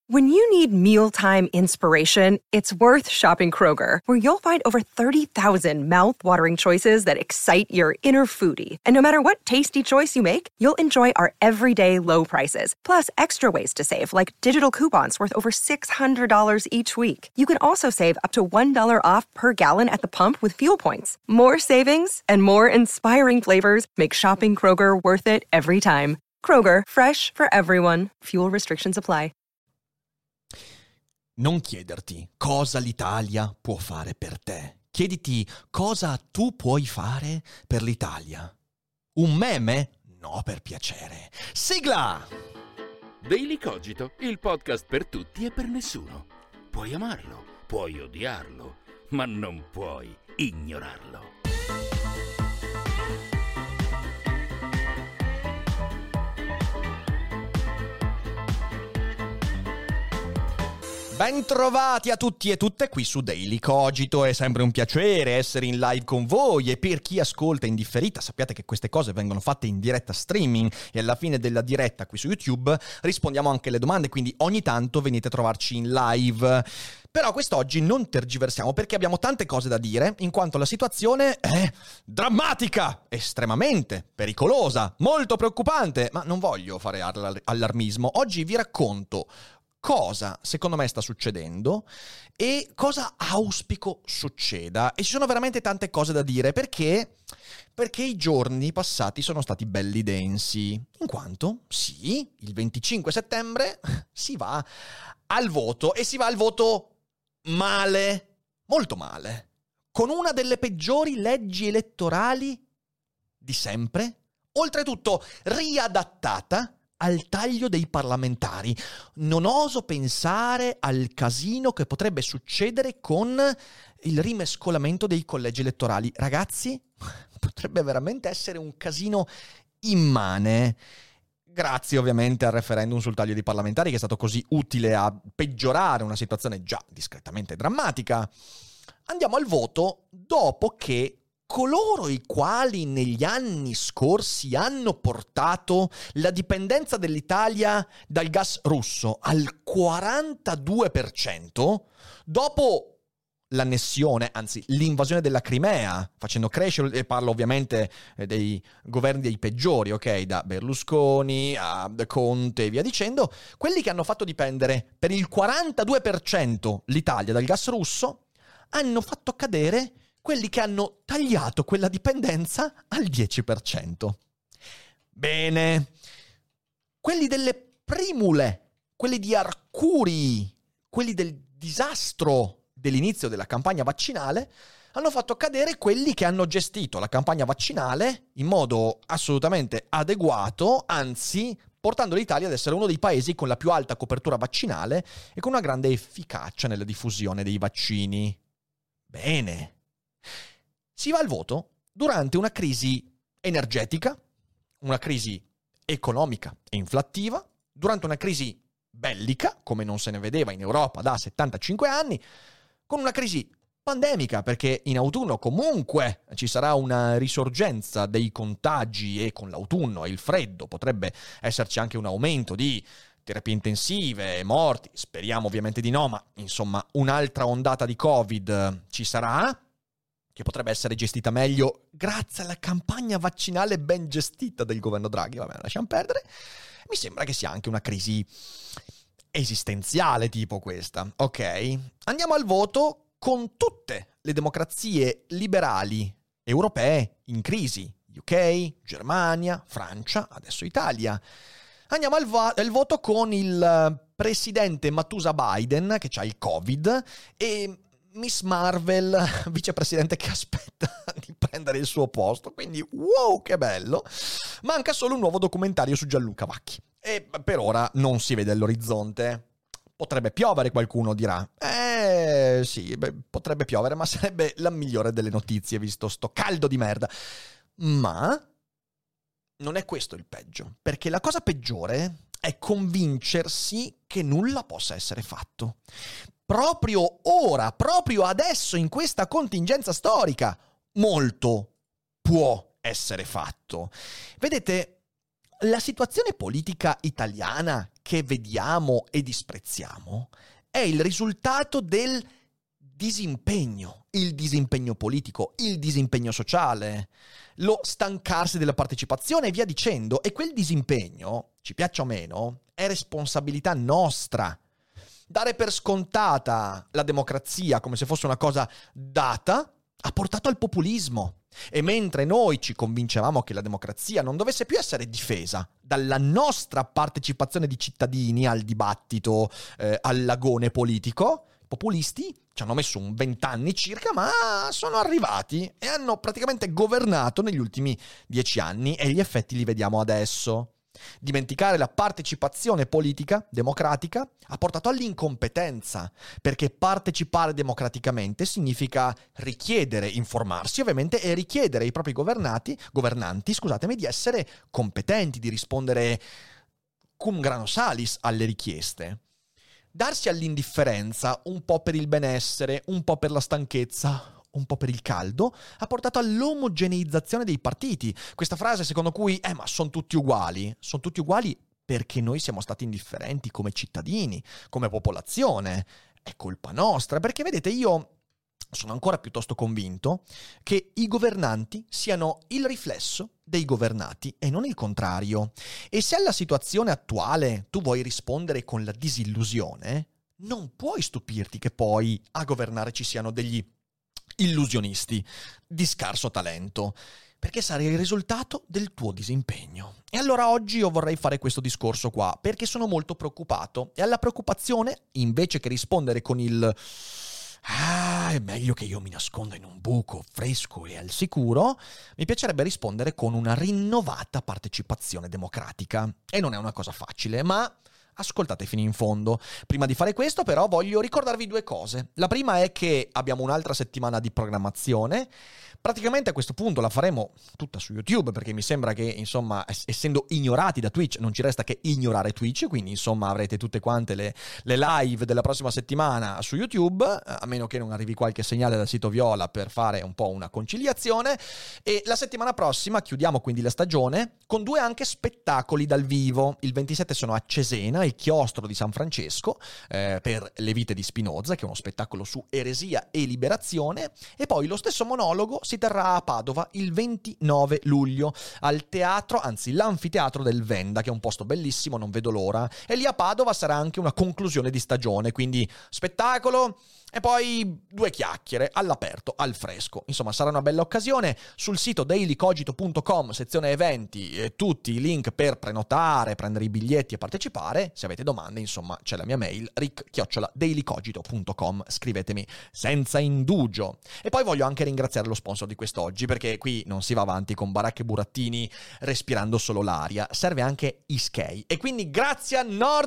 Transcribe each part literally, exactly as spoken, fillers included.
When you need mealtime inspiration, it's worth shopping Kroger, where you'll find over thirty thousand mouth-watering choices that excite your inner foodie. And no matter what tasty choice you make, you'll enjoy our everyday low prices, plus extra ways to save, like digital coupons worth over six hundred dollars each week. You can also save up to one dollar off per gallon at the pump with fuel points. More savings and more inspiring flavors make shopping Kroger worth it every time. Kroger, fresh for everyone. Fuel restrictions apply. Non chiederti cosa l'Italia può fare per te. Chiediti cosa tu puoi fare per l'Italia. Un meme? No, per piacere. Sigla! Daily Cogito, il podcast per tutti e per nessuno. Puoi amarlo, puoi odiarlo, ma non puoi ignorarlo. Bentrovati a tutti e tutte qui su Daily Cogito, è sempre un piacere essere in live con voi e per chi ascolta in differita sappiate che queste cose vengono fatte in diretta streaming e alla fine della diretta qui su YouTube rispondiamo anche alle domande, quindi ogni tanto venite a trovarci in live. Però quest'oggi non tergiversiamo perché abbiamo tante cose da dire, in quanto la situazione è drammatica, estremamente pericolosa, molto preoccupante, ma non voglio fare allar- allarmismo. Oggi vi racconto cosa secondo me sta succedendo e cosa auspico succeda. E ci sono veramente tante cose da dire perché perché i giorni passati sono stati belli densi, in quanto sì, il venticinque settembre si va al voto e si va al voto male, molto male, con una delle peggiori leggi elettorali di sempre, oltretutto riadattata al taglio dei parlamentari. Non oso pensare al casino che potrebbe succedere con il rimescolamento dei collegi elettorali. Ragazzi, potrebbe veramente essere un casino immane. Grazie ovviamente al referendum sul taglio dei parlamentari che è stato così utile a peggiorare una situazione già discretamente drammatica. Andiamo al voto dopo che coloro i quali negli anni scorsi hanno portato la dipendenza dell'Italia dal gas russo al quarantadue per cento, dopo l'annessione, anzi l'invasione della Crimea, facendo crescere, e parlo ovviamente dei governi dei peggiori, ok, da Berlusconi a Conte e via dicendo, quelli che hanno fatto dipendere per il quarantadue per cento l'Italia dal gas russo, hanno fatto cadere quelli che hanno tagliato quella dipendenza al dieci per cento. Bene. Quelli delle primule, quelli di Arcuri, quelli del disastro dell'inizio della campagna vaccinale, hanno fatto cadere quelli che hanno gestito la campagna vaccinale in modo assolutamente adeguato, anzi portando l'Italia ad essere uno dei paesi con la più alta copertura vaccinale e con una grande efficacia nella diffusione dei vaccini. Bene. Si va al voto durante una crisi energetica, una crisi economica e inflattiva, durante una crisi bellica, come non se ne vedeva in Europa da settantacinque anni, con una crisi pandemica, perché in autunno comunque ci sarà una risorgenza dei contagi e con l'autunno e il freddo potrebbe esserci anche un aumento di terapie intensive, morti, speriamo ovviamente di no, ma insomma un'altra ondata di Covid ci sarà, che potrebbe essere gestita meglio grazie alla campagna vaccinale ben gestita del governo Draghi. Vabbè, lasciamo perdere. Mi sembra che sia anche una crisi esistenziale tipo questa. Ok, andiamo al voto con tutte le democrazie liberali europee in crisi. U K, Germania, Francia, adesso Italia. Andiamo al, vo- al voto con il presidente Matusa Biden, che ha il Covid, e Miss Marvel, vicepresidente che aspetta di prendere il suo posto, quindi wow, che bello. Manca solo un nuovo documentario su Gianluca Vacchi e per ora non si vede all'orizzonte. Potrebbe piovere, qualcuno dirà. Eh sì, beh, potrebbe piovere, ma sarebbe la migliore delle notizie visto sto caldo di merda. Ma non è questo il peggio, perché la cosa peggiore è convincersi che nulla possa essere fatto. Proprio ora, proprio adesso, in questa contingenza storica, molto può essere fatto. Vedete, La situazione politica italiana che vediamo e disprezziamo è il risultato del disimpegno, il disimpegno politico, il disimpegno sociale, lo stancarsi della partecipazione e via dicendo. E quel disimpegno, ci piaccia o meno, è responsabilità nostra. Dare per scontata la democrazia come se fosse una cosa data ha portato al populismo. E mentre noi ci convincevamo che la democrazia non dovesse più essere difesa dalla nostra partecipazione di cittadini al dibattito, eh, all'agone politico, i populisti ci hanno messo un vent'anni circa, ma sono arrivati e hanno praticamente governato negli ultimi dieci anni e gli effetti li vediamo adesso. Dimenticare la partecipazione politica democratica ha portato all'incompetenza, perché partecipare democraticamente significa richiedere, informarsi ovviamente, e richiedere ai propri governati, governanti, scusatemi, di essere competenti, di rispondere cum grano salis alle richieste. Darsi all'indifferenza, un po' per il benessere, un po' per la stanchezza, un po' per il caldo, ha portato all'omogeneizzazione dei partiti. Questa frase secondo cui, eh ma sono tutti uguali, sono tutti uguali perché noi siamo stati indifferenti come cittadini, come popolazione. È colpa nostra, perché vedete, io sono ancora piuttosto convinto che i governanti siano il riflesso dei governati e non il contrario. E se alla situazione attuale tu vuoi rispondere con la disillusione, non puoi stupirti che poi a governare ci siano degli illusionisti di scarso talento, perché sarà il risultato del tuo disimpegno. E allora oggi io vorrei fare questo discorso qua, perché sono molto preoccupato, e alla preoccupazione, invece che rispondere con il ah, è meglio che io mi nasconda in un buco fresco e al sicuro, mi piacerebbe rispondere con una rinnovata partecipazione democratica. E non è una cosa facile, ma ascoltate fino in fondo. Prima di fare questo, però, voglio ricordarvi due cose. La prima è che abbiamo un'altra settimana di programmazione. Praticamente a questo punto la faremo tutta su YouTube, perché mi sembra che, insomma, essendo ignorati da Twitch, non ci resta che ignorare Twitch, quindi, insomma, avrete tutte quante le, le live della prossima settimana su YouTube, a meno che non arrivi qualche segnale dal sito Viola per fare un po' una conciliazione. E la settimana prossima chiudiamo quindi la stagione con due anche spettacoli dal vivo. Il ventisette sono a Cesena, il chiostro di San Francesco, eh, per Le vite di Spinoza, che è uno spettacolo su eresia e liberazione, e poi lo stesso monologo si terrà a Padova il ventinove luglio al teatro, anzi l'anfiteatro del Venda, che è un posto bellissimo, non vedo l'ora, e lì a Padova sarà anche una conclusione di stagione, quindi spettacolo e poi due chiacchiere all'aperto, al fresco. Insomma, sarà una bella occasione. Sul sito daily cogito punto com, sezione eventi, eh, tutti i link per prenotare, prendere i biglietti e partecipare. Se avete domande, insomma, c'è la mia mail, rick chiocciola daily cogito punto com, scrivetemi senza indugio. E poi voglio anche ringraziare lo sponsor di quest'oggi, perché qui non si va avanti con baracche e burattini respirando solo l'aria, serve anche Iskei. E quindi grazie a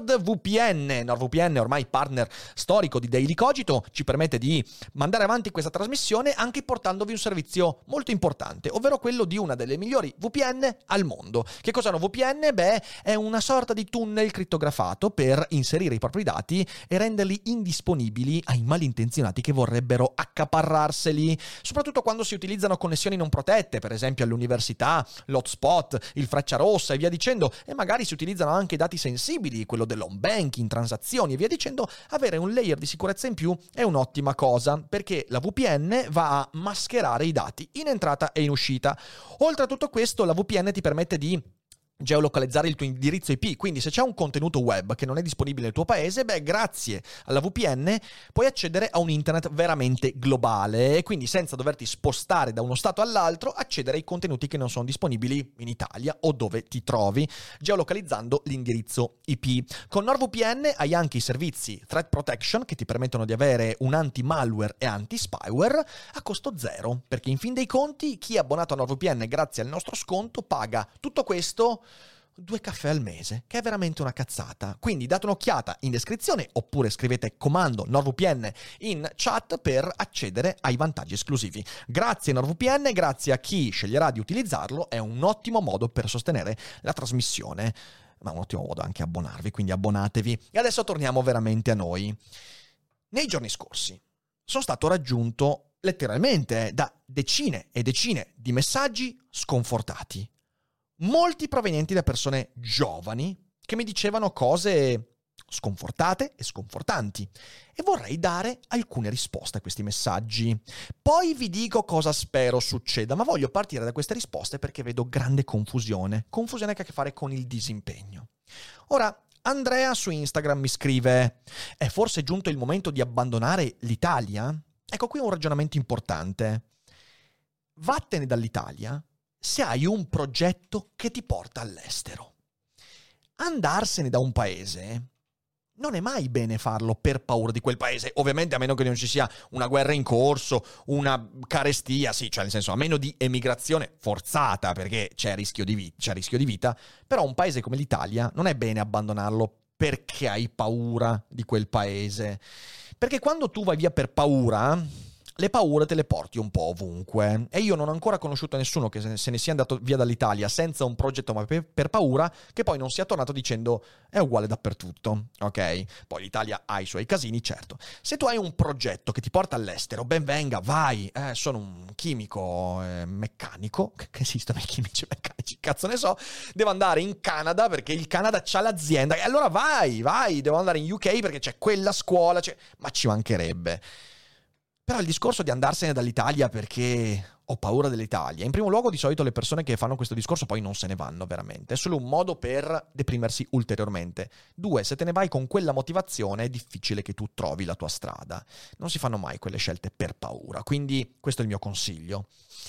NordVPN. NordVPN è ormai partner storico di Daily Cogito, ci permette di mandare avanti questa trasmissione anche portandovi un servizio molto importante, ovvero quello di una delle migliori V P N al mondo. Che cos'è una V P N? Beh, è una sorta di tunnel crittografato per inserire i propri dati e renderli indisponibili ai malintenzionati che vorrebbero accaparrarseli, soprattutto quando si utilizzano connessioni non protette, per esempio all'università, l'hotspot, il Frecciarossa e via dicendo, e magari si utilizzano anche dati sensibili, quello dell'home banking, transazioni e via dicendo. Avere un layer di sicurezza in più è un'ottima cosa, perché la V P N va a mascherare i dati in entrata e in uscita. Oltre a tutto questo, la V P N ti permette di geolocalizzare il tuo indirizzo I P, quindi se c'è un contenuto web che non è disponibile nel tuo paese, beh, grazie alla V P N puoi accedere a un internet veramente globale e quindi senza doverti spostare da uno stato all'altro accedere ai contenuti che non sono disponibili in Italia o dove ti trovi, geolocalizzando l'indirizzo I P. Con NordVPN hai anche i servizi Threat Protection che ti permettono di avere un anti-malware e anti-spyware a costo zero, perché in fin dei conti chi è abbonato a NordVPN grazie al nostro sconto paga tutto questo due caffè al mese, che è veramente una cazzata. Quindi date un'occhiata in descrizione oppure scrivete comando NordVPN in chat per accedere ai vantaggi esclusivi. Grazie NordVPN, grazie a chi sceglierà di utilizzarlo, è un ottimo modo per sostenere la trasmissione, ma un ottimo modo anche abbonarvi, quindi abbonatevi. E adesso torniamo veramente a noi. Nei giorni scorsi sono stato raggiunto letteralmente da decine e decine di messaggi sconfortati. molti provenienti da persone giovani che mi dicevano cose sconfortate e sconfortanti, e vorrei dare alcune risposte a questi messaggi. Poi vi dico cosa spero succeda, ma voglio partire da queste risposte perché vedo grande confusione, confusione che ha a che fare con il disimpegno. Ora, Andrea su Instagram mi scrive: è forse giunto il momento di abbandonare l'Italia? Ecco qui un ragionamento importante. Vattene dall'Italia se hai un progetto che ti porta all'estero. Andarsene da un paese non è mai bene farlo per paura di quel paese, ovviamente a meno che non ci sia una guerra in corso, una carestia, sì, cioè nel senso a meno di emigrazione forzata, perché c'è rischio di vita, c'è rischio di vita, però un paese come l'Italia non è bene abbandonarlo perché hai paura di quel paese, perché quando tu vai via per paura, le paure te le porti un po' ovunque, e io non ho ancora conosciuto nessuno che se ne sia andato via dall'Italia senza un progetto ma per, per paura, che poi non sia tornato dicendo è uguale dappertutto, ok? Poi l'Italia ha i suoi casini, certo. Se tu hai un progetto che ti porta all'estero, ben venga, vai, eh, sono un chimico eh, meccanico, che esistono i chimici meccanici, cazzo ne so, devo andare in Canada perché il Canada c'ha l'azienda, e allora vai, vai, devo andare in U K perché c'è quella scuola, c'è... ma ci mancherebbe. Però il discorso di andarsene dall'Italia perché ho paura dell'Italia, in primo luogo di solito le persone che fanno questo discorso poi non se ne vanno veramente, è solo un modo per deprimersi ulteriormente. Due, se te ne vai con quella motivazione è difficile che tu trovi la tua strada, non si fanno mai quelle scelte per paura, quindi questo è il mio consiglio.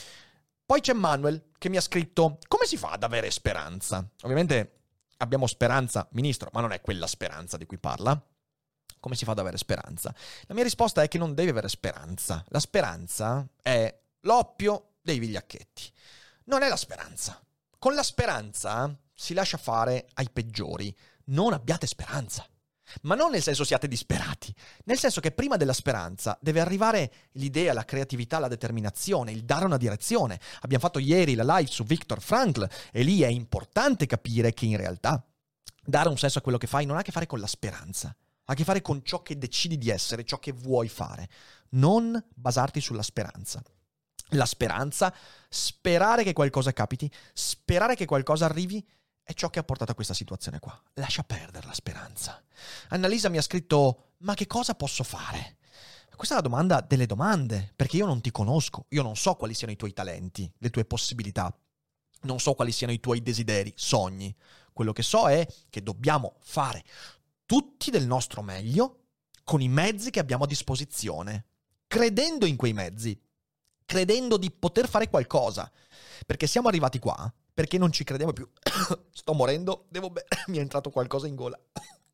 Poi c'è Manuel che mi ha scritto: come si fa ad avere speranza? Ovviamente abbiamo speranza, ministro, ma non è quella speranza di cui parla. Come si fa ad avere speranza? La mia risposta è che non devi avere speranza. La speranza è l'oppio dei vigliacchetti. Non è la speranza. Con la speranza si lascia fare ai peggiori. Non abbiate speranza. Ma non nel senso siate disperati. Nel senso che prima della speranza deve arrivare l'idea, la creatività, la determinazione, il dare una direzione. Abbiamo fatto ieri la live su Viktor Frankl e lì è importante capire che in realtà dare un senso a quello che fai non ha a che fare con la speranza. Ha a che fare con ciò che decidi di essere, ciò che vuoi fare. Non basarti sulla speranza. La speranza, sperare che qualcosa capiti, sperare che qualcosa arrivi, è ciò che ha portato a questa situazione qua. Lascia perdere la speranza. Annalisa mi ha scritto: ma che cosa posso fare? Questa è la domanda delle domande, perché io non ti conosco, io non so quali siano i tuoi talenti, le tue possibilità, non so quali siano i tuoi desideri, sogni. Quello che so è che dobbiamo fare tutti del nostro meglio con i mezzi che abbiamo a disposizione, credendo in quei mezzi, credendo di poter fare qualcosa, perché siamo arrivati qua, perché non ci crediamo più. Sto morendo, devo be- mi è entrato qualcosa in gola.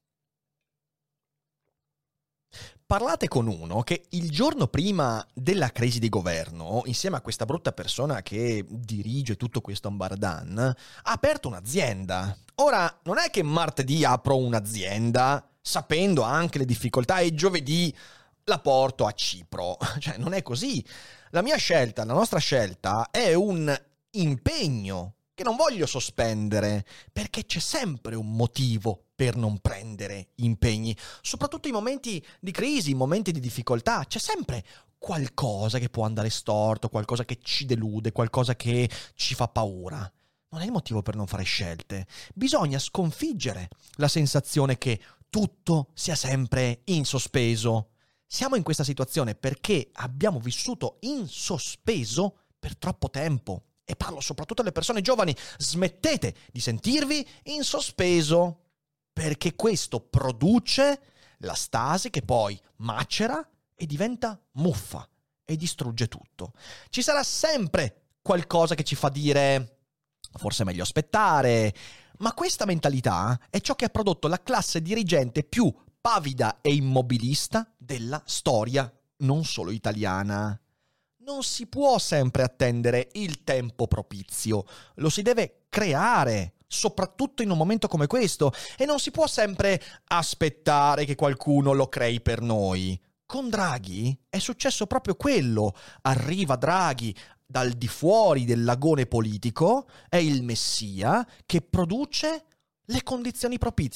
Parlate con uno che il giorno prima della crisi di governo, insieme a questa brutta persona che dirige tutto questo ambardan, ha aperto un'azienda. Ora, non è che martedì apro un'azienda sapendo anche le difficoltà e giovedì la porto a Cipro. Cioè, non è così. La mia scelta, la nostra scelta è un impegno che non voglio sospendere, perché c'è sempre un motivo per non prendere impegni, soprattutto in momenti di crisi, in momenti di difficoltà, c'è sempre qualcosa che può andare storto, qualcosa che ci delude, qualcosa che ci fa paura. Non è il motivo per non fare scelte. Bisogna sconfiggere la sensazione che tutto sia sempre in sospeso. Siamo in questa situazione perché abbiamo vissuto in sospeso per troppo tempo. E parlo soprattutto alle persone giovani: smettete di sentirvi in sospeso, perché questo produce la stasi che poi macera e diventa muffa e distrugge tutto. Ci sarà sempre qualcosa che ci fa dire forse è meglio aspettare, ma questa mentalità è ciò che ha prodotto la classe dirigente più pavida e immobilista della storia, non solo italiana. Non si può sempre attendere il tempo propizio, lo si deve creare, soprattutto in un momento come questo, e non si può sempre aspettare che qualcuno lo crei per noi. Con Draghi è successo proprio quello. Arriva Draghi dal di fuori del lagone politico, è il messia che produce le condizioni propizie.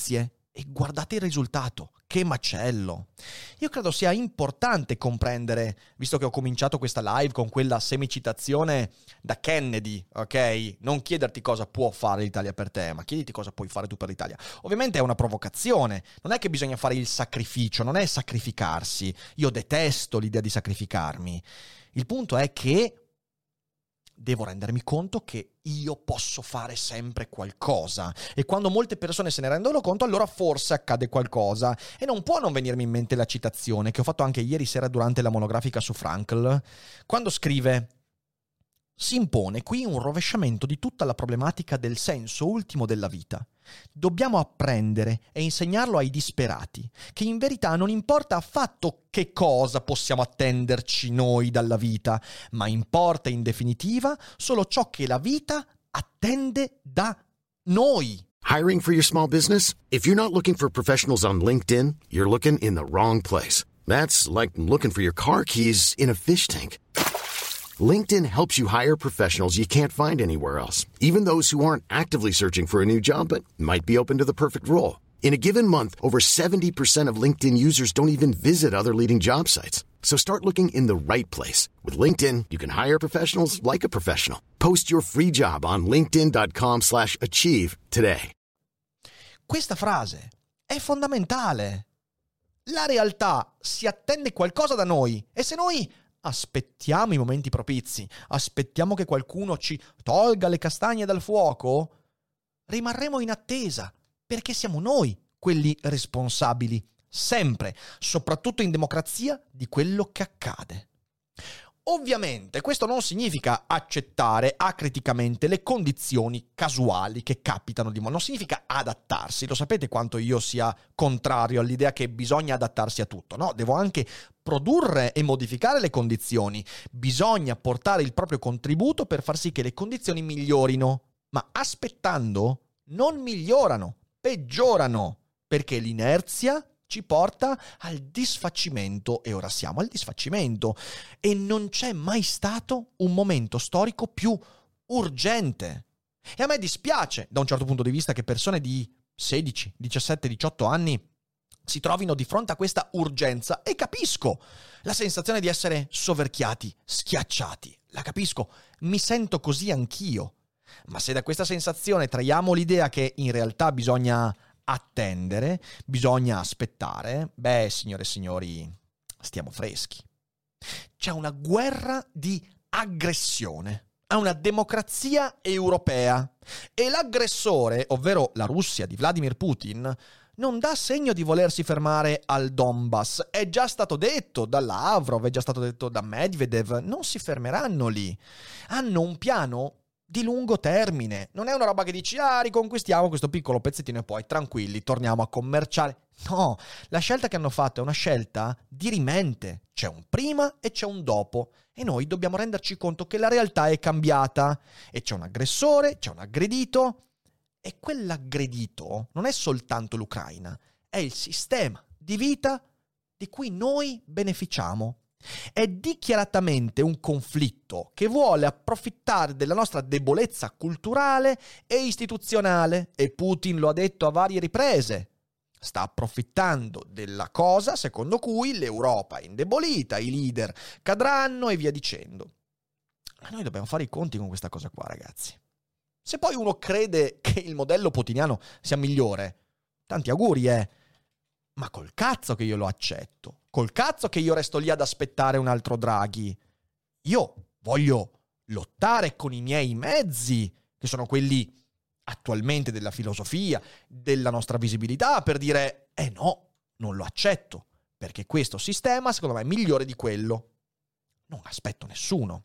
E guardate il risultato, che macello! Io credo sia importante comprendere, visto che ho cominciato questa live con quella semicitazione da Kennedy, ok? Non chiederti cosa può fare l'Italia per te, ma chiediti cosa puoi fare tu per l'Italia. Ovviamente è una provocazione, non è che bisogna fare il sacrificio, non è sacrificarsi. Io detesto l'idea di sacrificarmi. Il punto è che devo rendermi conto che io posso fare sempre qualcosa, e quando molte persone se ne rendono conto, allora forse accade qualcosa. E non può non venirmi in mente la citazione che ho fatto anche ieri sera durante la monografica su Frankl, quando scrive: si impone qui un rovesciamento di tutta la problematica del senso ultimo della vita. Dobbiamo apprendere e insegnarlo ai disperati, che in verità non importa affatto che cosa possiamo attenderci noi dalla vita, ma importa in definitiva solo ciò che la vita attende da noi. Hiring for your small business? If you're not looking for professionals on LinkedIn, you're looking in the wrong place. That's like looking for your car keys in a fish tank. LinkedIn helps you hire professionals you can't find anywhere else, even those who aren't actively searching for a new job but might be open to the perfect role. In a given month, over seventy percent of LinkedIn users don't even visit other leading job sites. So start looking in the right place. With LinkedIn, you can hire professionals like a professional. Post your free job on linkedin.com slash achieve today. Questa frase è fondamentale. La realtà si attende qualcosa da noi, e se noi aspettiamo i momenti propizi, aspettiamo che qualcuno ci tolga le castagne dal fuoco, rimarremo in attesa, perché siamo noi quelli responsabili, sempre, soprattutto in democrazia, di quello che accade. Ovviamente questo non significa accettare acriticamente le condizioni casuali che capitano di mondo, non significa adattarsi. Lo sapete quanto io sia contrario all'idea che bisogna adattarsi a tutto, no? Devo anche produrre e modificare le condizioni, bisogna portare il proprio contributo per far sì che le condizioni migliorino, ma aspettando non migliorano, peggiorano, perché l'inerzia ci porta al disfacimento, e ora siamo al disfacimento, e non c'è mai stato un momento storico più urgente. E a me dispiace, da un certo punto di vista, che persone di sedici, diciassette, diciotto anni si trovino di fronte a questa urgenza, e capisco la sensazione di essere soverchiati, schiacciati, la capisco, mi sento così anch'io. Ma se da questa sensazione traiamo l'idea che in realtà bisogna attendere, bisogna aspettare, beh, signore e signori, stiamo freschi. C'è una guerra di aggressione a una democrazia europea, e l'aggressore, ovvero la Russia di Vladimir Putin, non dà segno di volersi fermare al Donbass. È già stato detto da Lavrov, è già stato detto da Medvedev, non si fermeranno lì. Hanno un piano di lungo termine, non è una roba che dici ah riconquistiamo questo piccolo pezzettino e poi tranquilli torniamo a commerciare. No, la scelta che hanno fatto è una scelta dirimente, c'è un prima e c'è un dopo, e noi dobbiamo renderci conto che la realtà è cambiata, e c'è un aggressore, c'è un aggredito, e quell'aggredito non è soltanto l'Ucraina, è il sistema di vita di cui noi beneficiamo. È dichiaratamente un conflitto che vuole approfittare della nostra debolezza culturale e istituzionale, e Putin lo ha detto a varie riprese. Sta approfittando della cosa secondo cui l'Europa è indebolita, i leader cadranno e via dicendo. Ma noi dobbiamo fare i conti con questa cosa qua, ragazzi. Se poi uno crede che il modello putiniano sia migliore, tanti auguri, eh. Ma col cazzo che io lo accetto. Col cazzo che io resto lì ad aspettare un altro Draghi. Io voglio lottare con i miei mezzi, che sono quelli attualmente della filosofia, della nostra visibilità, per dire, eh no, non lo accetto, perché questo sistema secondo me è migliore di quello. Non aspetto nessuno.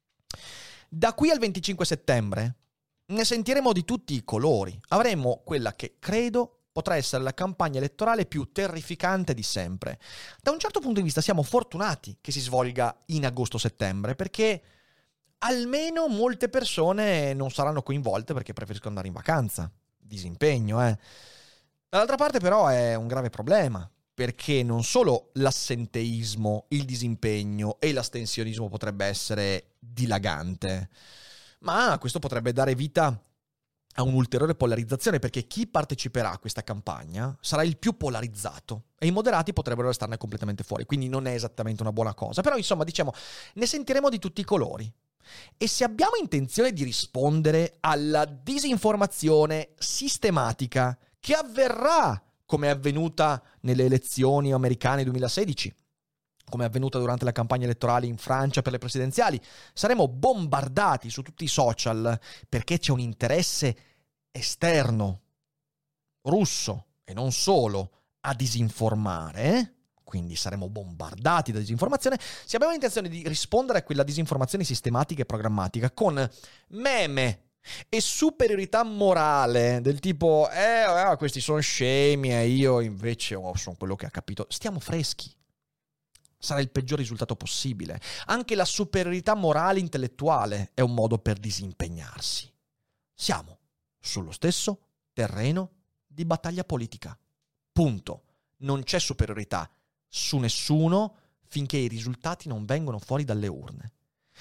Da qui al venticinque settembre ne sentiremo di tutti i colori. Avremo quella che credo potrà essere la campagna elettorale più terrificante di sempre. Da un certo punto di vista siamo fortunati che si svolga in agosto-settembre, perché almeno molte persone non saranno coinvolte perché preferiscono andare in vacanza. Disimpegno, eh. Dall'altra parte però è un grave problema, perché non solo l'assenteismo, il disimpegno e l'astensionismo potrebbe essere dilagante, ma questo potrebbe dare vita a un'ulteriore polarizzazione, perché chi parteciperà a questa campagna sarà il più polarizzato e i moderati potrebbero restarne completamente fuori, quindi non è esattamente una buona cosa. Però insomma, diciamo, ne sentiremo di tutti i colori. E se abbiamo intenzione di rispondere alla disinformazione sistematica che avverrà, come è avvenuta nelle elezioni americane duemilasedici, come è avvenuta durante la campagna elettorale in Francia per le presidenziali, saremo bombardati su tutti i social perché c'è un interesse esterno, russo e non solo, a disinformare, quindi saremo bombardati da disinformazione. Se abbiamo intenzione di rispondere a quella disinformazione sistematica e programmatica con meme e superiorità morale del tipo eh, eh questi sono scemi e io invece oh, sono quello che ha capito, stiamo freschi. Sarà il peggior risultato possibile. Anche la superiorità morale intellettuale è un modo per disimpegnarsi. Siamo sullo stesso terreno di battaglia politica. Punto. Non c'è superiorità su nessuno finché i risultati non vengono fuori dalle urne.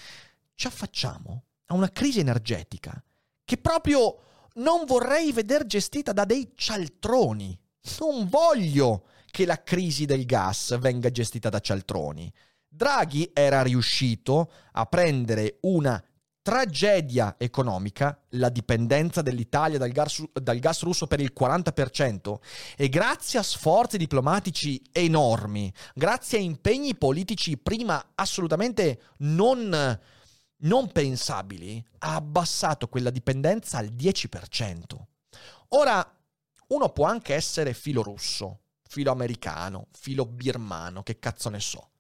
Ci affacciamo a una crisi energetica che proprio non vorrei veder gestita da dei cialtroni. Non voglio che la crisi del gas venga gestita da cialtroni. Draghi era riuscito a prendere una tragedia economica, la dipendenza dell'Italia dal gas, dal gas russo per il quaranta per cento, e grazie a sforzi diplomatici enormi, grazie a impegni politici prima assolutamente non, non pensabili, ha abbassato quella dipendenza al dieci per cento. Ora, uno può anche essere filo russo, filo americano, filo birmano, che cazzo ne so.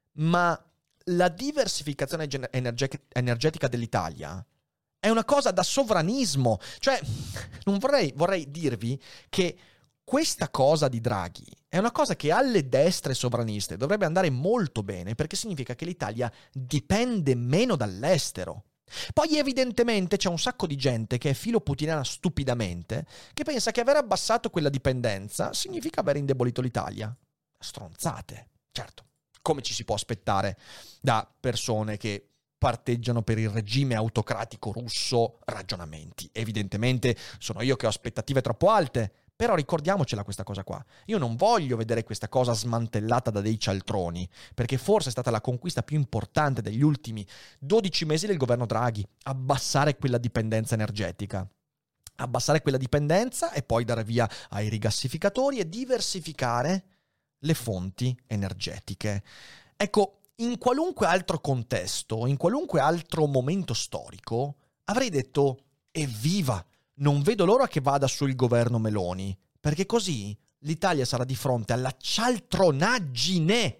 Ma la diversificazione energe- energetica dell'Italia è una cosa da sovranismo. Cioè, non vorrei, vorrei dirvi che questa cosa di Draghi è una cosa che alle destre sovraniste dovrebbe andare molto bene, perché significa che l'Italia dipende meno dall'estero. Poi evidentemente c'è un sacco di gente che è filo putiniana stupidamente, che pensa che aver abbassato quella dipendenza significa aver indebolito l'Italia. Stronzate, certo, come ci si può aspettare da persone che parteggiano per il regime autocratico russo ragionamenti. Evidentemente sono io che ho aspettative troppo alte, però ricordiamocela questa cosa qua. Io non voglio vedere questa cosa smantellata da dei cialtroni, perché forse è stata la conquista più importante degli ultimi dodici mesi del governo Draghi, abbassare quella dipendenza energetica. Abbassare quella dipendenza e poi dare via ai rigassificatori e diversificare le fonti energetiche. Ecco, in qualunque altro contesto, in qualunque altro momento storico, avrei detto evviva! Non vedo l'ora che vada sul governo Meloni, perché così l'Italia sarà di fronte alla cialtronaggine.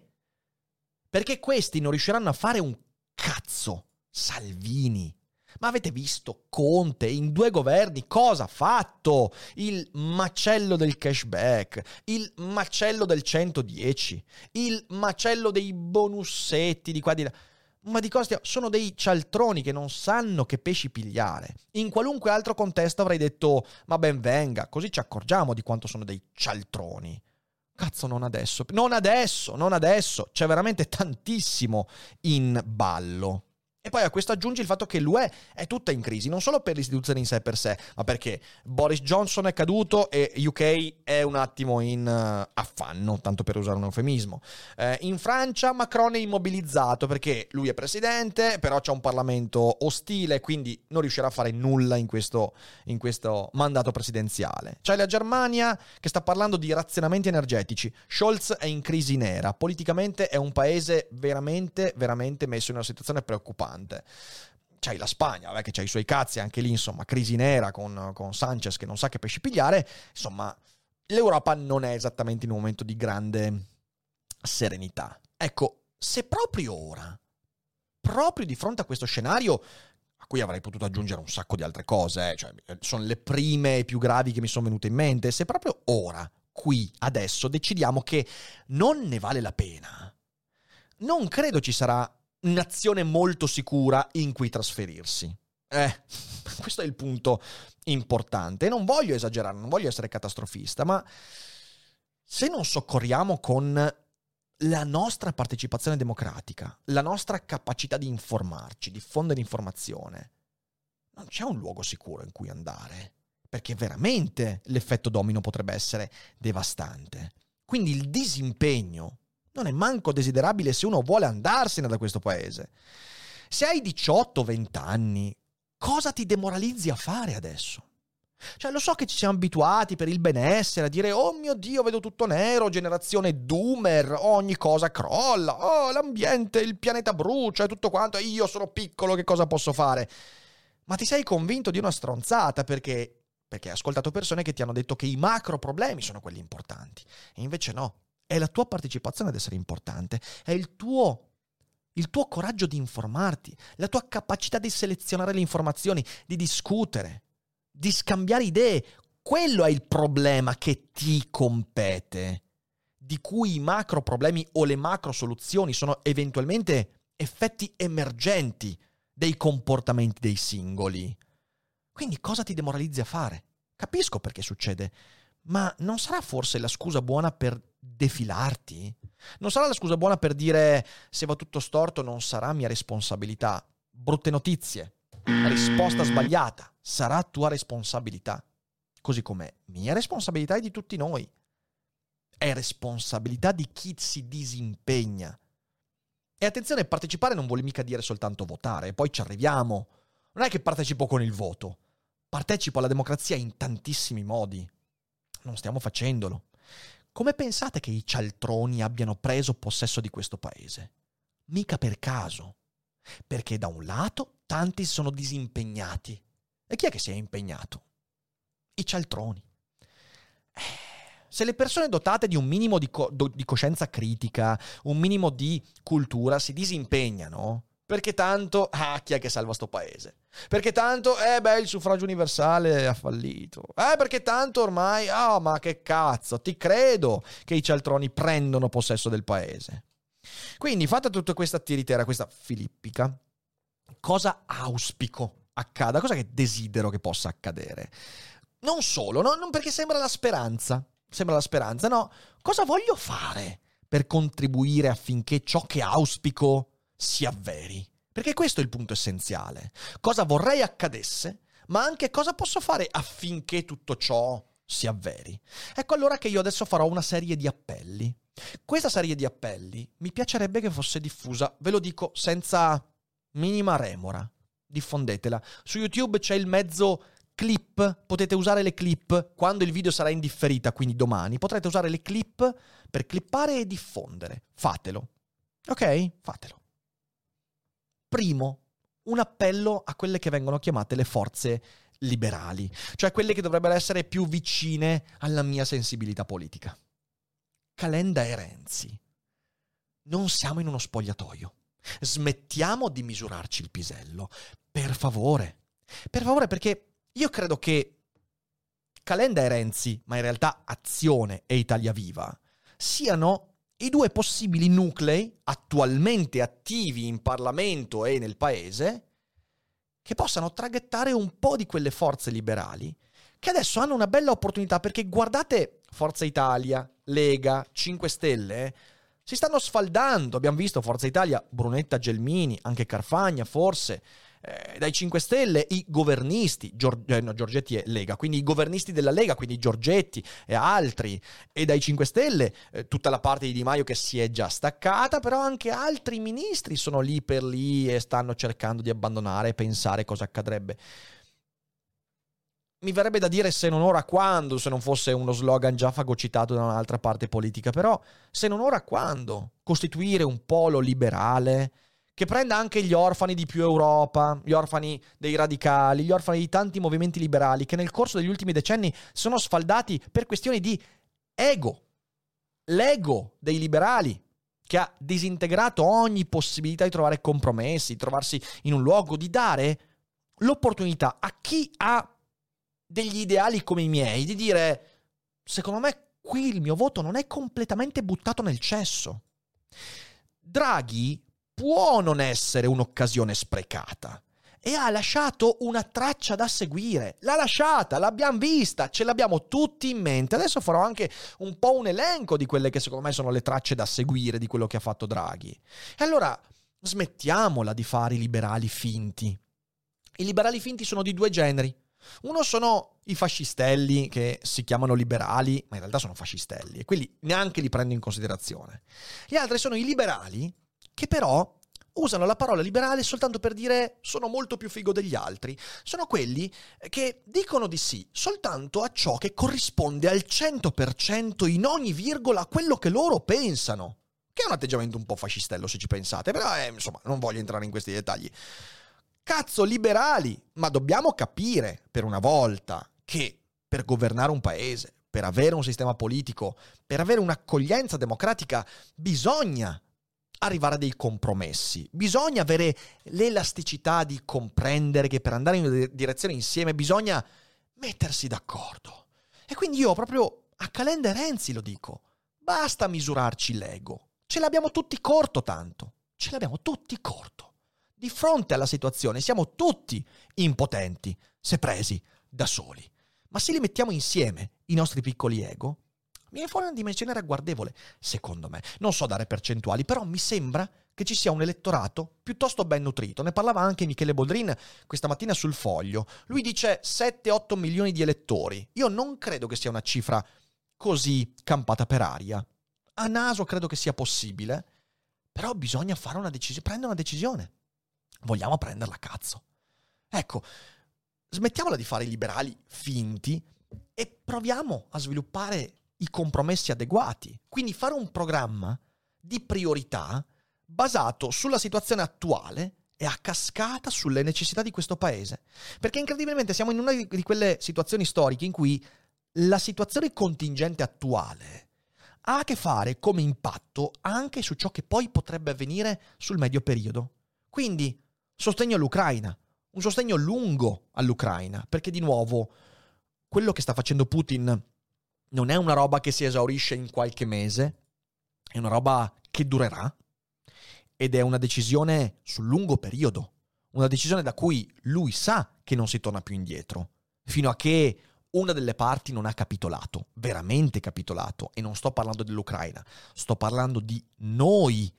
Perché questi non riusciranno a fare un cazzo. Salvini. Ma avete visto Conte in due governi cosa ha fatto? Il macello del cashback, il macello del centodieci, il macello dei bonussetti di qua di là. Ma di cosa stiamo? Sono dei cialtroni che non sanno che pesci pigliare. In qualunque altro contesto avrei detto ma ben venga, così ci accorgiamo di quanto sono dei cialtroni. Cazzo, non adesso, non adesso, non adesso. C'è veramente tantissimo in ballo. E poi a questo aggiungi il fatto che l'U E è tutta in crisi, non solo per l'istituzione in sé per sé, ma perché Boris Johnson è caduto e U K è un attimo in uh, affanno, tanto per usare un eufemismo. Eh, in Francia Macron è immobilizzato perché lui è presidente, però c'è un Parlamento ostile, quindi non riuscirà a fare nulla in questo, in questo mandato presidenziale. C'è la Germania che sta parlando di razionamenti energetici. Scholz è in crisi nera, politicamente è un paese veramente, veramente messo in una situazione preoccupante. C'hai la Spagna, vabbè, che c'ha i suoi cazzi, anche lì insomma crisi nera con, con Sanchez che non sa che pesci pigliare. Insomma, l'Europa non è esattamente in un momento di grande serenità. Ecco, se proprio ora, proprio di fronte a questo scenario, a cui avrei potuto aggiungere un sacco di altre cose, eh, cioè sono le prime e più gravi che mi sono venute in mente, se proprio ora, qui, adesso, decidiamo che non ne vale la pena, non credo ci sarà un'azione molto sicura in cui trasferirsi. Eh, questo è il punto importante. Non voglio esagerare, non voglio essere catastrofista, ma se non soccorriamo con la nostra partecipazione democratica, la nostra capacità di informarci, diffondere informazione, non c'è un luogo sicuro in cui andare. perché veramente l'effetto domino potrebbe essere devastante. Quindi il disimpegno non è manco desiderabile se uno vuole andarsene da questo paese. Se hai diciotto venti anni, cosa ti demoralizzi a fare adesso? Cioè, lo so che ci siamo abituati per il benessere a dire oh mio Dio, vedo tutto nero, generazione doomer, ogni cosa crolla, oh l'ambiente, il pianeta brucia e tutto quanto, io sono piccolo, che cosa posso fare? Ma ti sei convinto di una stronzata perché, perché hai ascoltato persone che ti hanno detto che i macro problemi sono quelli importanti. E invece no, è la tua partecipazione ad essere importante, è il tuo, il tuo coraggio di informarti, la tua capacità di selezionare le informazioni, di discutere, di scambiare idee. Quello è il problema che ti compete, di cui i macro problemi o le macro soluzioni sono eventualmente effetti emergenti dei comportamenti dei singoli. Quindi cosa ti demoralizzi a fare? Capisco perché succede, ma non sarà forse la scusa buona per defilarti? Non sarà la scusa buona per dire se va tutto storto non sarà mia responsabilità? Brutte notizie. Risposta sbagliata. Sarà tua responsabilità. Così come mia responsabilità e di tutti noi. È responsabilità di chi si disimpegna. E attenzione, partecipare non vuole mica dire soltanto votare, poi ci arriviamo. Non è che partecipo con il voto. Partecipo alla democrazia in tantissimi modi. Non stiamo facendolo. Come pensate che i cialtroni abbiano preso possesso di questo paese? Mica per caso. Perché da un lato tanti si sono disimpegnati. E chi è che si è impegnato? I cialtroni. Eh, se le persone dotate di un minimo di, co- di coscienza critica, un minimo di cultura, si disimpegnano, perché tanto, ah, chi è che salva sto paese? Perché tanto, eh beh, il suffragio universale ha fallito. Eh, perché tanto ormai, ah, oh, ma che cazzo, ti credo che i cialtroni prendono possesso del paese. Quindi, fatta tutta questa tiritera, questa filippica, cosa auspico accada? Cosa che desidero che possa accadere? Non solo, no? Non perché sembra la speranza, sembra la speranza, no? Cosa voglio fare per contribuire affinché ciò che auspico si avveri? Perché questo è il punto essenziale. Cosa vorrei accadesse, ma anche cosa posso fare affinché tutto ciò si avveri. Ecco allora che io adesso farò una serie di appelli. Questa serie di appelli mi piacerebbe che fosse diffusa, ve lo dico senza minima remora. Diffondetela. Su YouTube c'è il mezzo clip, potete usare le clip quando il video sarà in differita, quindi domani. Potrete usare le clip per clippare e diffondere. Fatelo. Ok? Fatelo. Primo, un appello a quelle che vengono chiamate le forze liberali, cioè quelle che dovrebbero essere più vicine alla mia sensibilità politica. Calenda e Renzi. Non siamo in uno spogliatoio. Smettiamo di misurarci il pisello. Per favore. Per favore, perché io credo che Calenda e Renzi, ma in realtà Azione e Italia Viva, siano i due possibili nuclei attualmente attivi in Parlamento e nel Paese che possano traghettare un po' di quelle forze liberali che adesso hanno una bella opportunità, perché guardate Forza Italia, Lega, cinque Stelle, si stanno sfaldando. Abbiamo visto Forza Italia, Brunetta, Gelmini, anche Carfagna forse, eh, dai cinque Stelle i governisti, Gior- eh, no, Giorgetti e Lega, quindi i governisti della Lega, quindi Giorgetti e altri, e dai cinque Stelle eh, tutta la parte di Di Maio che si è già staccata, però anche altri ministri sono lì per lì e stanno cercando di abbandonare e pensare cosa accadrebbe. Mi verrebbe da dire se non ora quando, se non fosse uno slogan già fagocitato da un'altra parte politica, però se non ora quando costituire un polo liberale che prenda anche gli orfani di Più Europa, gli orfani dei radicali, gli orfani di tanti movimenti liberali che nel corso degli ultimi decenni sono sfaldati per questioni di ego, l'ego dei liberali che ha disintegrato ogni possibilità di trovare compromessi, di trovarsi in un luogo, di dare l'opportunità a chi ha degli ideali come i miei, di dire, secondo me qui il mio voto non è completamente buttato nel cesso. Draghi può non essere un'occasione sprecata e ha lasciato una traccia da seguire. L'ha lasciata, l'abbiamo vista, ce l'abbiamo tutti in mente. Adesso farò anche un po' un elenco di quelle che secondo me sono le tracce da seguire di quello che ha fatto Draghi. E allora smettiamola di fare i liberali finti. I liberali finti sono di due generi. Uno sono i fascistelli che si chiamano liberali, ma in realtà sono fascistelli, e quelli neanche li prendo in considerazione. Gli altri sono i liberali che però usano la parola liberale soltanto per dire sono molto più figo degli altri. Sono quelli che dicono di sì soltanto a ciò che corrisponde al cento per cento in ogni virgola a quello che loro pensano. Che è un atteggiamento un po' fascistello se ci pensate, però eh, insomma non voglio entrare in questi dettagli. Cazzo, liberali! Ma dobbiamo capire per una volta che per governare un paese, per avere un sistema politico, per avere un'accoglienza democratica, bisogna arrivare a dei compromessi. Bisogna avere l'elasticità di comprendere che per andare in una direzione insieme bisogna mettersi d'accordo. E quindi io proprio a Calenda e Renzi lo dico, basta misurarci l'ego. Ce l'abbiamo tutti corto tanto. Ce l'abbiamo tutti corto. Di fronte alla situazione siamo tutti impotenti se presi da soli. Ma se li mettiamo insieme i nostri piccoli ego, viene fuori una dimensione ragguardevole, secondo me. Non so dare percentuali, però mi sembra che ci sia un elettorato piuttosto ben nutrito. Ne parlava anche Michele Boldrin questa mattina sul Foglio. Lui dice sette otto milioni di elettori. Io non credo che sia una cifra così campata per aria. A naso credo che sia possibile, però bisogna fare una decisione, prendere una decisione. Vogliamo prenderla a cazzo. Ecco, smettiamola di fare i liberali finti e proviamo a sviluppare i compromessi adeguati. Quindi fare un programma di priorità basato sulla situazione attuale e a cascata sulle necessità di questo paese. Perché incredibilmente siamo in una di quelle situazioni storiche in cui la situazione contingente attuale ha a che fare come impatto anche su ciò che poi potrebbe avvenire sul medio periodo. Quindi sostegno all'Ucraina, un sostegno lungo all'Ucraina, perché di nuovo quello che sta facendo Putin non è una roba che si esaurisce in qualche mese, è una roba che durerà ed è una decisione sul lungo periodo, una decisione da cui lui sa che non si torna più indietro, fino a che una delle parti non ha capitolato, veramente capitolato, e non sto parlando dell'Ucraina, sto parlando di noi.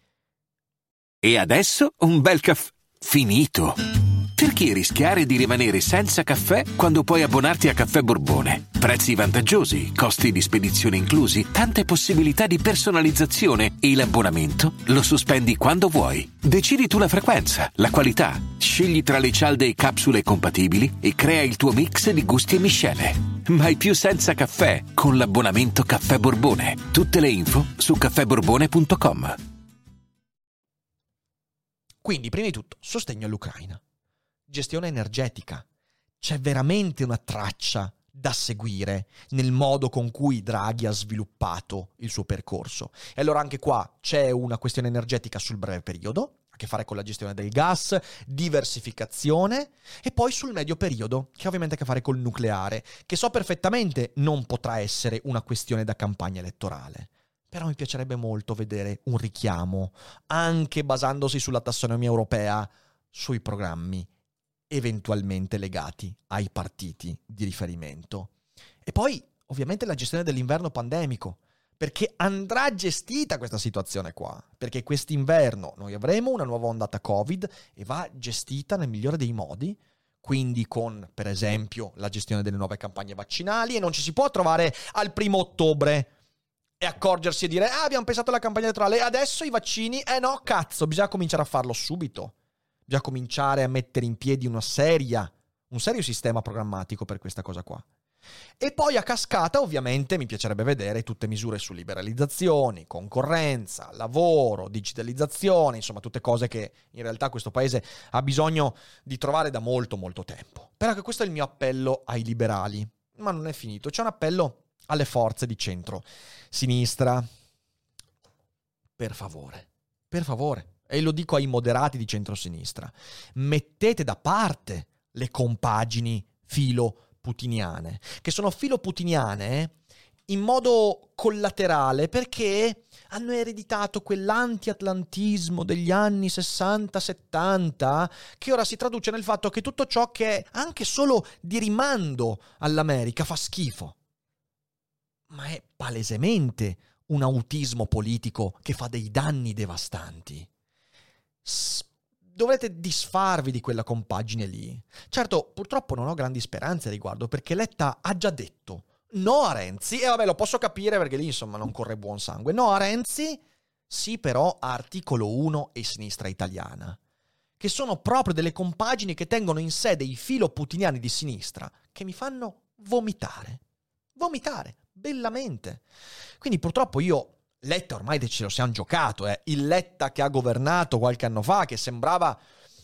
E adesso un bel caffè finito. Perché rischiare di rimanere senza caffè quando puoi abbonarti a Caffè Borbone? Prezzi vantaggiosi, costi di spedizione inclusi, tante possibilità di personalizzazione e l'abbonamento lo sospendi quando vuoi. Decidi tu la frequenza, la qualità, scegli tra le cialde e capsule compatibili e crea il tuo mix di gusti e miscele. Mai più senza caffè con l'abbonamento Caffè Borbone. Tutte le info su caffè borbone punto com. Quindi, prima di tutto, sostegno all'Ucraina. Gestione energetica. C'è veramente una traccia da seguire nel modo con cui Draghi ha sviluppato il suo percorso. E allora anche qua c'è una questione energetica sul breve periodo, a che fare con la gestione del gas, diversificazione, e poi sul medio periodo, che ovviamente ha a che fare col nucleare, che so perfettamente non potrà essere una questione da campagna elettorale. Però mi piacerebbe molto vedere un richiamo, anche basandosi sulla tassonomia europea, sui programmi eventualmente legati ai partiti di riferimento. E poi, ovviamente, la gestione dell'inverno pandemico, perché andrà gestita questa situazione qua, perché quest'inverno noi avremo una nuova ondata Covid e va gestita nel migliore dei modi, quindi con, per esempio, la gestione delle nuove campagne vaccinali, e non ci si può trovare al primo ottobre e accorgersi e dire ah, abbiamo pensato alla campagna elettorale e adesso i vaccini, eh no, cazzo, bisogna cominciare a farlo subito. Bisogna cominciare a mettere in piedi una seria, un serio sistema programmatico per questa cosa qua. E poi a cascata, ovviamente, mi piacerebbe vedere tutte misure su liberalizzazioni, concorrenza, lavoro, digitalizzazione, insomma tutte cose che in realtà questo paese ha bisogno di trovare da molto molto tempo. Però che questo è il mio appello ai liberali, ma non è finito. C'è un appello alle forze di centro-sinistra. Per favore, per favore. E lo dico ai moderati di centrosinistra, mettete da parte le compagini filo-putiniane, che sono filo-putiniane in modo collaterale perché hanno ereditato quell'anti-atlantismo degli anni sessanta settanta che ora si traduce nel fatto che tutto ciò che è anche solo di rimando all'America fa schifo. Ma è palesemente un autismo politico che fa dei danni devastanti. dovrete disfarvi di quella compagine lì. Certo, purtroppo non ho grandi speranze a riguardo, perché Letta ha già detto no a Renzi, e vabbè, lo posso capire perché lì insomma non corre buon sangue. No a Renzi, sì però a Articolo uno e Sinistra Italiana, che sono proprio delle compagini che tengono in sé dei filoputiniani di sinistra che mi fanno vomitare. Vomitare, bellamente. Quindi purtroppo io, Letta ormai ce lo siamo giocato, eh. Il Letta che ha governato qualche anno fa, che sembrava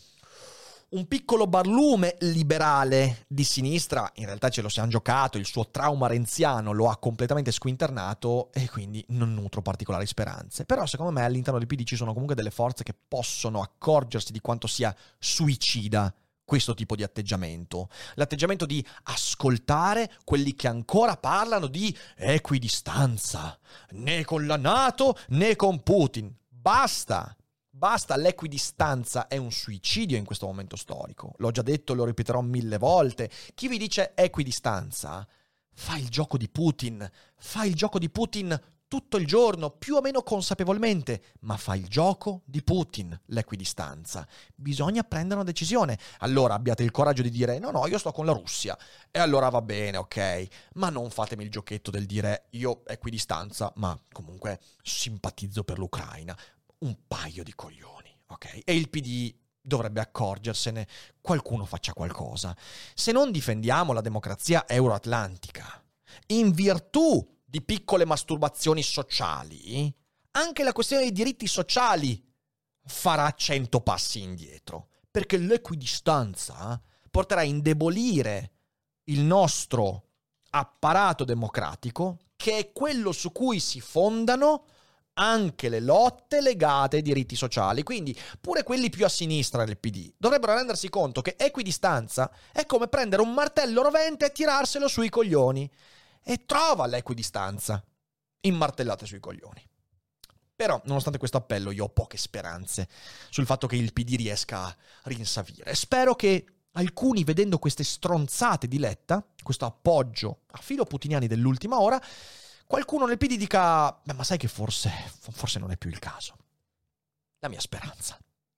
un piccolo barlume liberale di sinistra, in realtà ce lo siamo giocato, il suo trauma renziano lo ha completamente squinternato e quindi non nutro particolari speranze. Però secondo me all'interno del P D ci sono comunque delle forze che possono accorgersi di quanto sia suicida questo tipo di atteggiamento. L'atteggiamento di ascoltare quelli che ancora parlano di equidistanza, né con la NATO né con Putin. Basta! Basta, l'equidistanza è un suicidio in questo momento storico. L'ho già detto, lo ripeterò mille volte. Chi vi dice equidistanza fa il gioco di Putin, fa il gioco di Putin tutto il giorno, più o meno consapevolmente, ma fa il gioco di Putin, l'equidistanza. Bisogna prendere una decisione. Allora abbiate il coraggio di dire no, no, io sto con la Russia. E allora va bene, ok, ma non fatemi il giochetto del dire io equidistanza, ma comunque simpatizzo per l'Ucraina. Un paio di coglioni, ok? E il P D dovrebbe accorgersene, qualcuno faccia qualcosa. Se non difendiamo la democrazia euroatlantica, in virtù di piccole masturbazioni sociali, anche la questione dei diritti sociali farà cento passi indietro, perché l'equidistanza porterà a indebolire il nostro apparato democratico, che è quello su cui si fondano anche le lotte legate ai diritti sociali. Quindi pure quelli più a sinistra del P D dovrebbero rendersi conto che equidistanza è come prendere un martello rovente e tirarselo sui coglioni. E trova l'equidistanza immartellate sui coglioni. Però, nonostante questo appello, io ho poche speranze sul fatto che il P D riesca a rinsavire. Spero che alcuni, vedendo queste stronzate di Letta, questo appoggio a filoputiniani dell'ultima ora, qualcuno nel P D dica beh, ma sai che forse, forse non è più il caso. La mia speranza.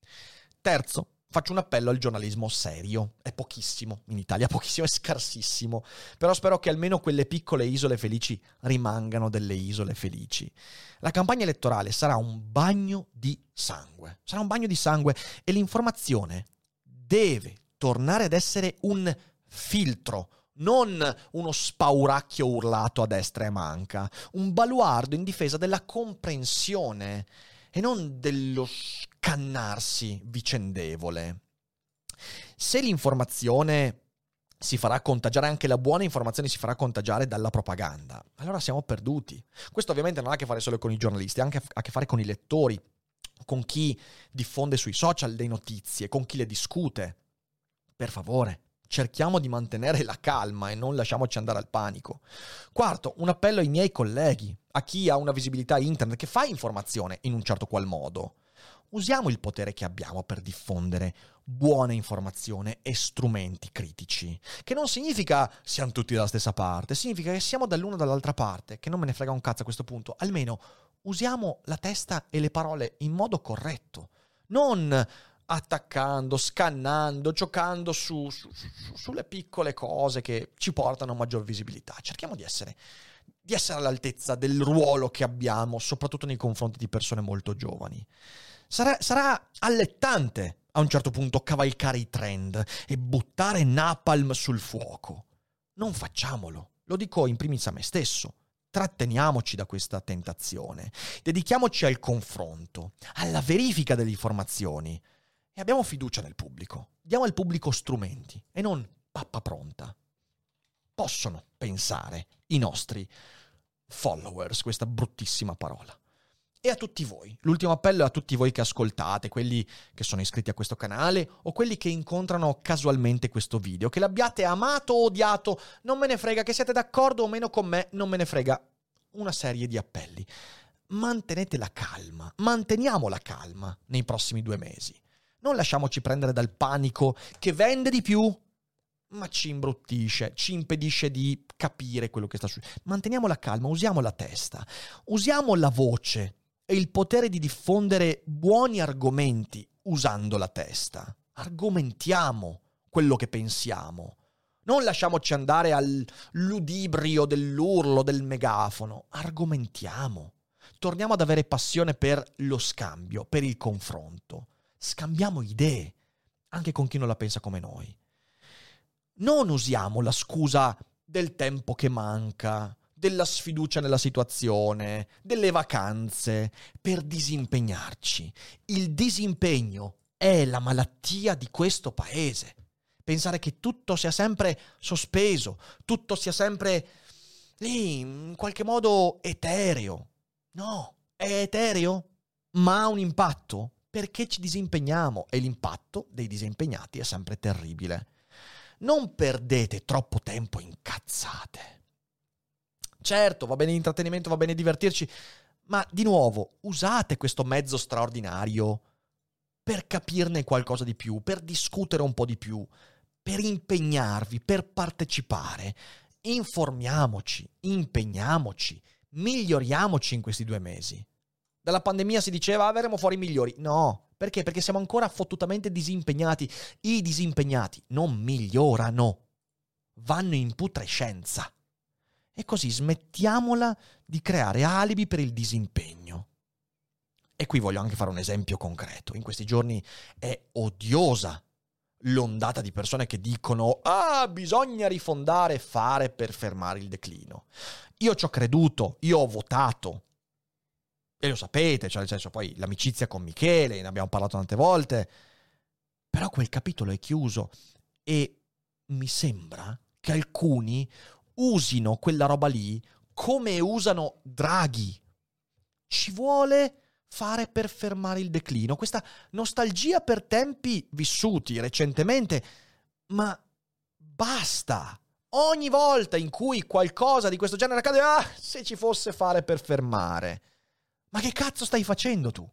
Terzo, faccio un appello al giornalismo serio. È pochissimo in Italia, pochissimo, è scarsissimo. Però spero che almeno quelle piccole isole felici rimangano delle isole felici. La campagna elettorale sarà un bagno di sangue. Sarà un bagno di sangue e l'informazione deve tornare ad essere un filtro, non uno spauracchio urlato a destra e a manca, un baluardo in difesa della comprensione e non dello scannarsi vicendevole. Se l'informazione si farà contagiare, anche la buona informazione si farà contagiare dalla propaganda, allora siamo perduti. Questo ovviamente non ha a che fare solo con i giornalisti, ha anche a che fare con i lettori, con chi diffonde sui social le notizie, con chi le discute. Per favore, cerchiamo di mantenere la calma e non lasciamoci andare al panico. Quarto, un appello ai miei colleghi, a chi ha una visibilità internet, che fa informazione in un certo qual modo. Usiamo il potere che abbiamo per diffondere buona informazione e strumenti critici. Che non significa siamo tutti dalla stessa parte, significa che siamo dall'una o dall'altra parte, che non me ne frega un cazzo a questo punto. Almeno usiamo la testa e le parole in modo corretto, non attaccando, scannando, giocando su, su, su, sulle piccole cose che ci portano a maggior visibilità. Cerchiamo di essere, di essere all'altezza del ruolo che abbiamo, soprattutto nei confronti di persone molto giovani. Sarà, sarà allettante a un certo punto cavalcare i trend e buttare napalm sul fuoco. Non facciamolo, lo dico in primis a me stesso. Tratteniamoci da questa tentazione, dedichiamoci al confronto, alla verifica delle informazioni. E abbiamo fiducia nel pubblico. Diamo al pubblico strumenti e non pappa pronta. Possono pensare i nostri followers, questa bruttissima parola. E a tutti voi. L'ultimo appello è a tutti voi che ascoltate, quelli che sono iscritti a questo canale o quelli che incontrano casualmente questo video, che l'abbiate amato o odiato, non me ne frega, che siate d'accordo o meno con me, non me ne frega. Una serie di appelli. Mantenete la calma, manteniamo la calma nei prossimi due mesi. Non lasciamoci prendere dal panico che vende di più, ma ci imbruttisce, ci impedisce di capire quello che sta succedendo. Manteniamo la calma, usiamo la testa, usiamo la voce e il potere di diffondere buoni argomenti usando la testa, argomentiamo quello che pensiamo. Non lasciamoci andare al ludibrio dell'urlo, del megafono. Argomentiamo. Torniamo ad avere passione per lo scambio, per il confronto. Scambiamo idee, anche con chi non la pensa come noi. Non usiamo la scusa del tempo che manca, della sfiducia nella situazione, delle vacanze, per disimpegnarci. Il disimpegno è la malattia di questo paese. Pensare che tutto sia sempre sospeso, tutto sia sempre lì, in qualche modo etereo. No, è etereo, ma ha un impatto, perché ci disimpegniamo e l'impatto dei disimpegnati è sempre terribile. Non perdete troppo tempo in cazzate. Certo, va bene l'intrattenimento, va bene divertirci, ma di nuovo, usate questo mezzo straordinario per capirne qualcosa di più, per discutere un po' di più, per impegnarvi, per partecipare. Informiamoci, impegniamoci, miglioriamoci in questi due mesi. Dalla pandemia si diceva avremo fuori migliori. No, perché? Perché siamo ancora fottutamente disimpegnati. I disimpegnati non migliorano, vanno in putrescenza. E così smettiamola di creare alibi per il disimpegno. E qui voglio anche fare un esempio concreto. In questi giorni è odiosa l'ondata di persone che dicono ah, bisogna rifondare e fare per fermare il declino. Io ci ho creduto, io ho votato. E lo sapete, cioè nel senso, poi l'amicizia con Michele, ne abbiamo parlato tante volte. Però quel capitolo è chiuso e mi sembra che alcuni usino quella roba lì come usano Draghi. Ci vuole fare per fermare il declino, questa nostalgia per tempi vissuti recentemente, ma basta. Ogni volta in cui qualcosa di questo genere accade, ah, se ci fosse fare per fermare. Ma che cazzo stai facendo tu?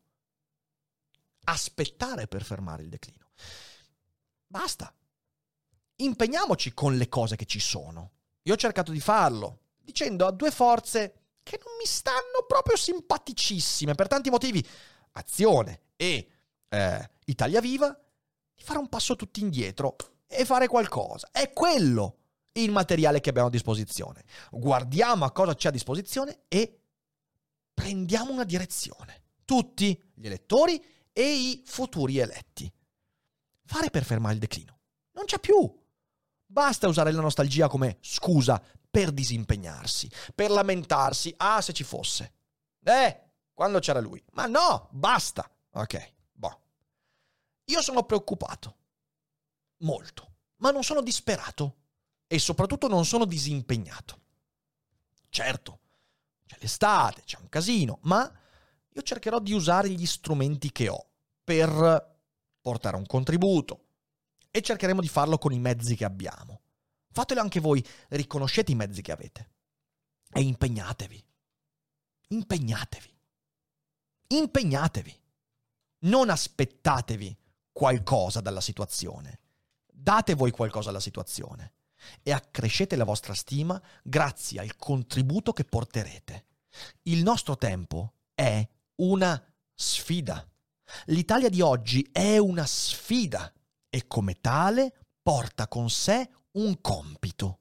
Aspettare per fermare il declino. Basta. Impegniamoci con le cose che ci sono. Io ho cercato di farlo, dicendo a due forze che non mi stanno proprio simpaticissime per tanti motivi, Azione e eh, Italia Viva, di fare un passo tutti indietro e fare qualcosa. È quello il materiale che abbiamo a disposizione. Guardiamo a cosa c'è a disposizione e prendiamo una direzione. Tutti, gli elettori e i futuri eletti. Fare per fermare il declino. Non c'è più. Basta usare la nostalgia come scusa per disimpegnarsi, per lamentarsi. Ah, se ci fosse. Eh, quando c'era lui. Ma no, basta. Ok, boh. Io sono preoccupato. Molto. Ma non sono disperato. E soprattutto non sono disimpegnato. Certo, c'è l'estate, c'è un casino, ma io cercherò di usare gli strumenti che ho per portare un contributo. E cercheremo di farlo con i mezzi che abbiamo. Fatelo anche voi, riconoscete i mezzi che avete. E impegnatevi. Impegnatevi. Impegnatevi. Non aspettatevi qualcosa dalla situazione. Date voi qualcosa alla situazione. E accrescete la vostra stima grazie al contributo che porterete. Il nostro tempo è una sfida. L'Italia di oggi è una sfida. E come tale porta con sé un compito.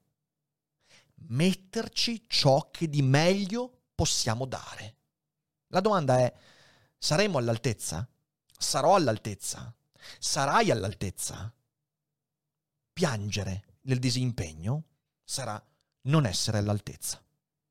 Metterci ciò che di meglio possiamo dare. La domanda è, saremo all'altezza? Sarò all'altezza? Sarai all'altezza? Piangere nel disimpegno sarà non essere all'altezza.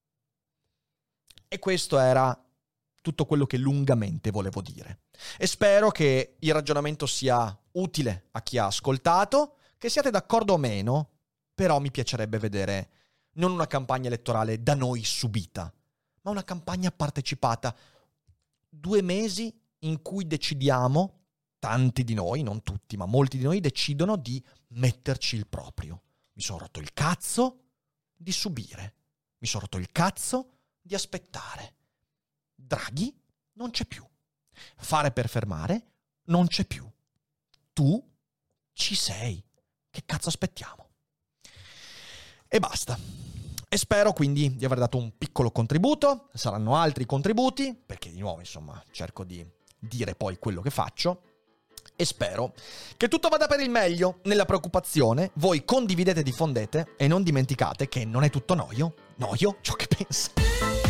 E questo era tutto quello che lungamente volevo dire. E spero che il ragionamento sia utile a chi ha ascoltato, che siate d'accordo o meno, però mi piacerebbe vedere non una campagna elettorale da noi subita, ma una campagna partecipata. Due mesi in cui decidiamo, tanti di noi, non tutti, ma molti di noi decidono di metterci il proprio. Mi sono rotto il cazzo di subire. Mi sono rotto il cazzo di aspettare. Draghi non c'è più. Fare per fermare non c'è più. Tu ci sei. Che cazzo aspettiamo? E basta. E spero quindi di aver dato un piccolo contributo. Saranno altri contributi, perché di nuovo, insomma, cerco di dire poi quello che faccio. e spero che tutto vada per il meglio. Nella preoccupazione, voi condividete e diffondete e non dimenticate che non è tutto noio, noio ciò che pensa.